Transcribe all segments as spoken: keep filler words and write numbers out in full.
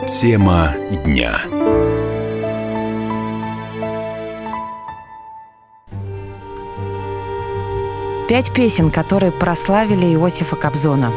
Тема дня. Пять песен, которые прославили Иосифа Кобзона.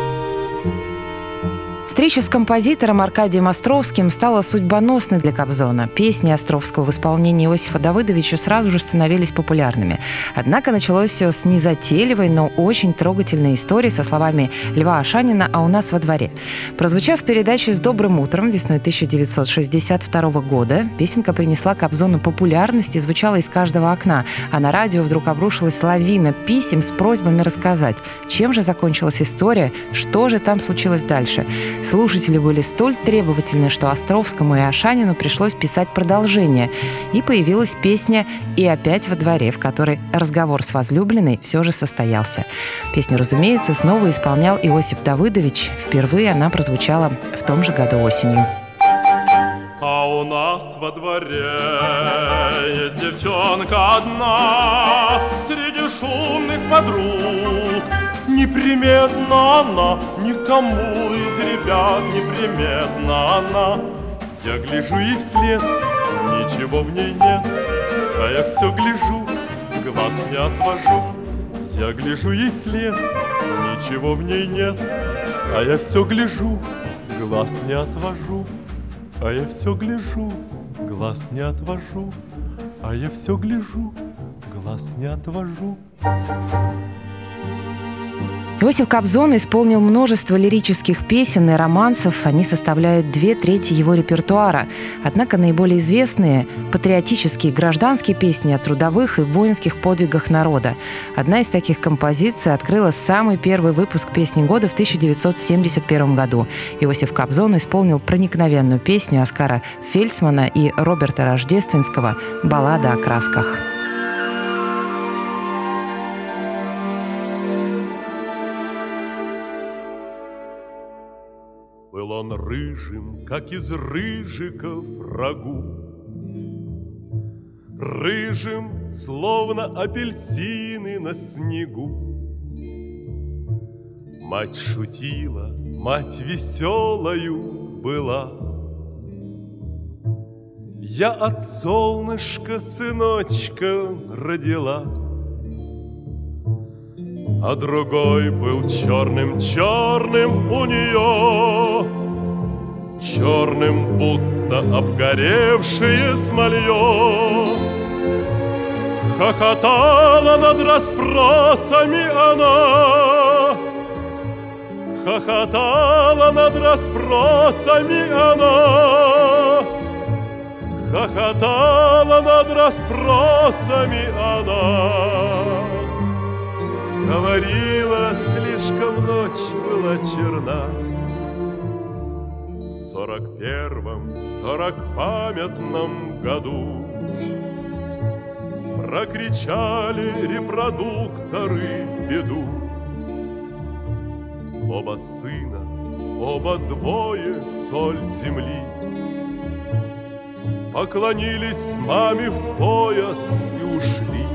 Встреча с композитором Аркадием Островским стала судьбоносной для Кобзона. Песни Островского в исполнении Иосифа Давыдовича сразу же становились популярными. Однако началось все с незатейливой, но очень трогательной истории со словами Льва Ашанина «А у нас во дворе». Прозвучав в передаче «С добрым утром» весной тысяча девятьсот шестьдесят второго года, песенка принесла Кобзону популярность и звучала из каждого окна, а на радио вдруг обрушилась лавина писем с просьбами рассказать, чем же закончилась история, что же там случилось дальше. Слушатели были столь требовательны, что Островскому и Ашанину пришлось писать продолжение. И появилась песня «И опять во дворе», в которой разговор с возлюбленной все же состоялся. Песню, разумеется, снова исполнял Иосиф Давыдович. Впервые она прозвучала в том же году осенью. А у нас во дворе есть девчонка одна среди шумных подруг. Неприметна она, никому из ребят неприметна она. Я гляжу ей вслед, ничего в ней нет, а я все гляжу, глаз не отвожу. Я гляжу ей вслед, ничего в ней нет, а я все гляжу, глаз не отвожу. А я все гляжу, глаз не отвожу, а я все гляжу, глаз не отвожу. Иосиф Кобзон исполнил множество лирических песен и романсов. Они составляют две трети его репертуара. Однако наиболее известные – патриотические гражданские песни о трудовых и воинских подвигах народа. Одна из таких композиций открыла самый первый выпуск «Песни года» в тысяча девятьсот семьдесят первом году. Иосиф Кобзон исполнил проникновенную песню Оскара Фельдсмана и Роберта Рождественского «Баллада о красках». Был он рыжим, как из рыжиков рагу, рыжим, словно апельсины на снегу. Мать шутила, мать веселою была. Я от солнышка сыночка родила, а другой был черным-черным у нее, черным, будто обгоревшее смолье. Хохотала над расспросами она, хохотала над расспросами она, хохотала над расспросами она. Говорила, слишком ночь была черна. В сорок первом, сорок памятном году прокричали репродукторы беду. Оба сына, оба двое соль земли, поклонились маме в пояс и ушли.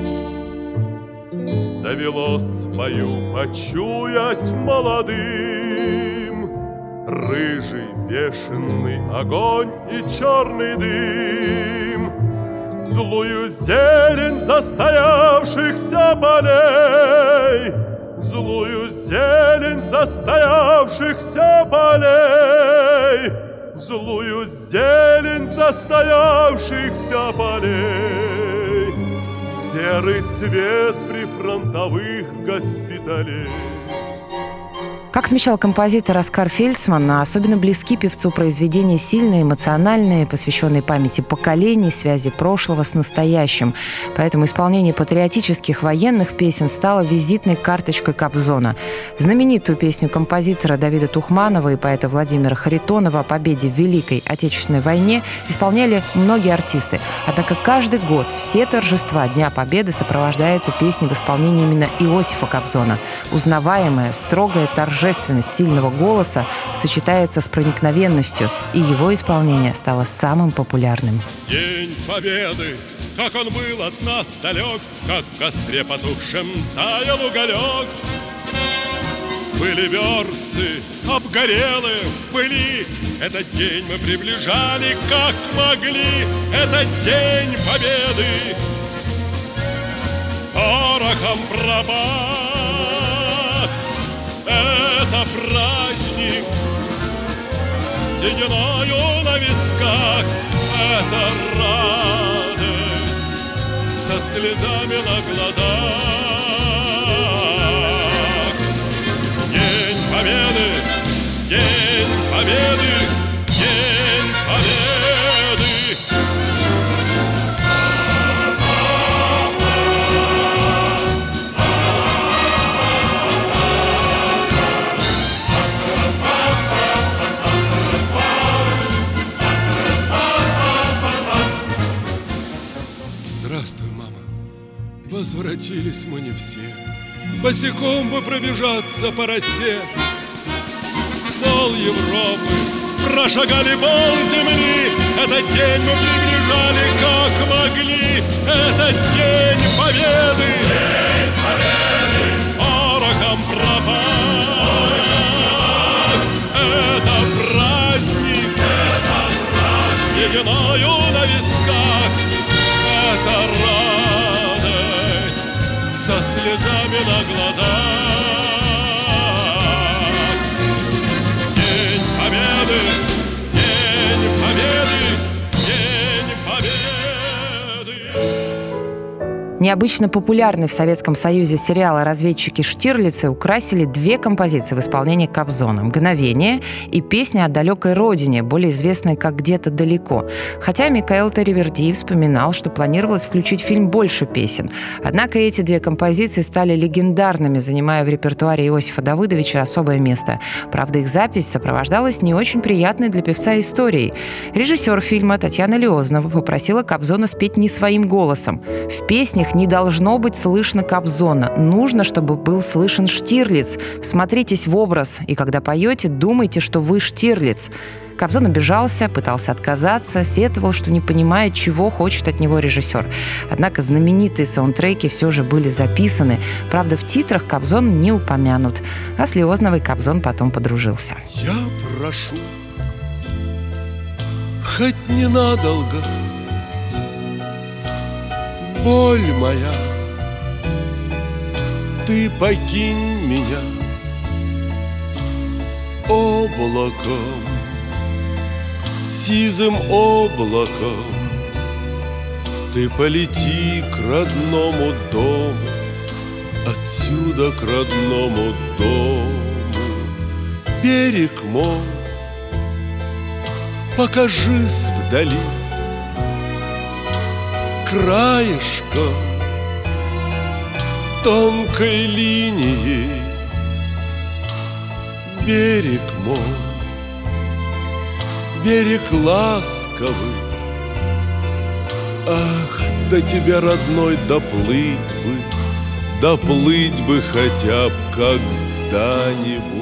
Довелось свою почуять молодым рыжий бешеный огонь и черный дым, злую зелень застоявшихся полей, злую зелень застоявшихся полей, злую зелень застоявшихся полей, серый цвет прифронтовых госпиталей. Как отмечал композитор Оскар Фельдсман, особенно близки певцу произведения сильные, эмоциональные, посвященные памяти поколений, связи прошлого с настоящим. Поэтому исполнение патриотических военных песен стало визитной карточкой Кобзона. Знаменитую песню композитора Давида Тухманова и поэта Владимира Харитонова о победе в Великой Отечественной войне исполняли многие артисты. Однако каждый год все торжества Дня Победы сопровождаются песней в исполнении именно Иосифа Кобзона. Узнаваемая, строгая торжественность сильного голоса сочетается с проникновенностью, и его исполнение стало самым популярным. День Победы, как он был от нас далек, как в костре потухшем таял уголек. Были версты обгорелые, были Этот день мы приближали, как могли. Это день победы. Порохом пропах. Это праздник с сединою на висках. Это радость со слезами на глазах. День победы, день победы, день победы. Здравствуй, мама. Возвратились мы не все. Босиком бы пробежаться по росе. Пол Европы прошагали пол земли. Этот день мы приближали, как могли. Этот день победы. День победы. Порохом пропах. Это праздник. Это праздник. С сединою на висках. Это радость со слезами на глазах. День победы, день победы, день победы. Необычно популярный в Советском Союзе сериал «Разведчики Штирлицы» украсили две композиции в исполнении Кобзона: «Мгновение» и песня о далекой родине, более известная как «Где-то далеко». Хотя Микаэл Таривердиев вспоминал, что планировалось включить в фильм больше песен. Однако эти две композиции стали легендарными, занимая в репертуаре Иосифа Давыдовича особое место. Правда, их запись сопровождалась не очень приятной для певца историей. Режиссер фильма Татьяна Леознова попросила Кобзона спеть не своим голосом. В песнях не должно быть слышно Кобзона. Нужно, чтобы был слышен Штирлиц. Всмотритесь в образ, и когда поете, думайте, что вы Штирлиц. Кобзон обижался, пытался отказаться, сетовал, что не понимает, чего хочет от него режиссер. Однако знаменитые саундтреки все же были записаны. Правда, в титрах Кобзон не упомянут. А с Леозновой Кобзон потом подружился. Я прошу, хоть ненадолго, боль моя, ты покинь меня облаком, сизым облаком. Ты полети к родному дому, отсюда к родному дому. Берег мой, покажись вдали, краешком тонкой линией. Берег мой, берег ласковый. Ах, до тебя, родной, доплыть бы, доплыть бы хотя бы когда-нибудь.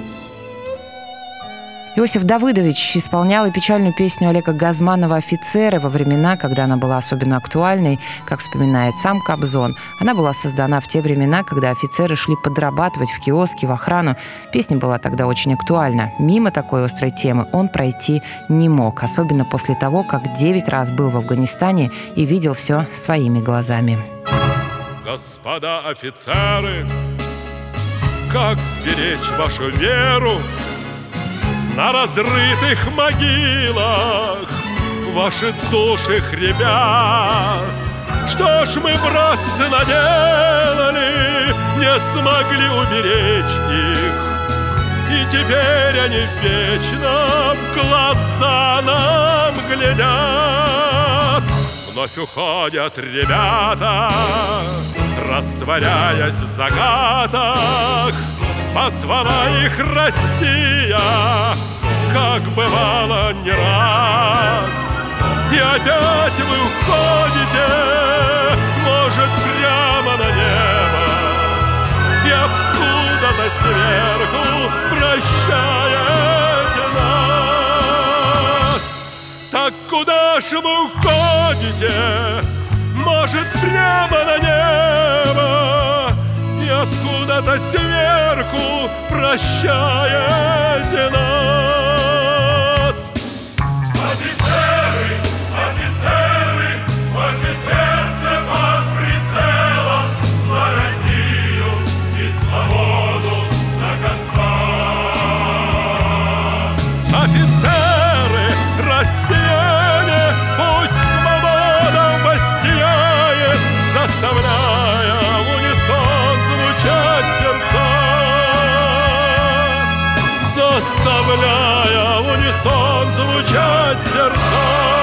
Иосиф Давыдович исполнял и печальную песню Олега Газманова «Офицеры» во времена, когда она была особенно актуальной, как вспоминает сам Кобзон. Она была создана в те времена, когда офицеры шли подрабатывать в киоске, в охрану. Песня была тогда очень актуальна. Мимо такой острой темы он пройти не мог, особенно после того, как девять раз был в Афганистане и видел все своими глазами. Господа офицеры, как сберечь вашу веру? На разрытых могилах ваши души хрипят. Что ж мы, братцы, наделали, не смогли уберечь их, и теперь они вечно в глаза нам глядят. Вновь уходят ребята, растворяясь в закатах. Позвала их Россия, как бывало не раз. И опять вы уходите, может, прямо на небо, и откуда-то сверху прощаете нас. Так куда ж вы уходите, может, прямо на небо, и откуда-то сверху прощаете нас. заставляя в унисон звучать сердца.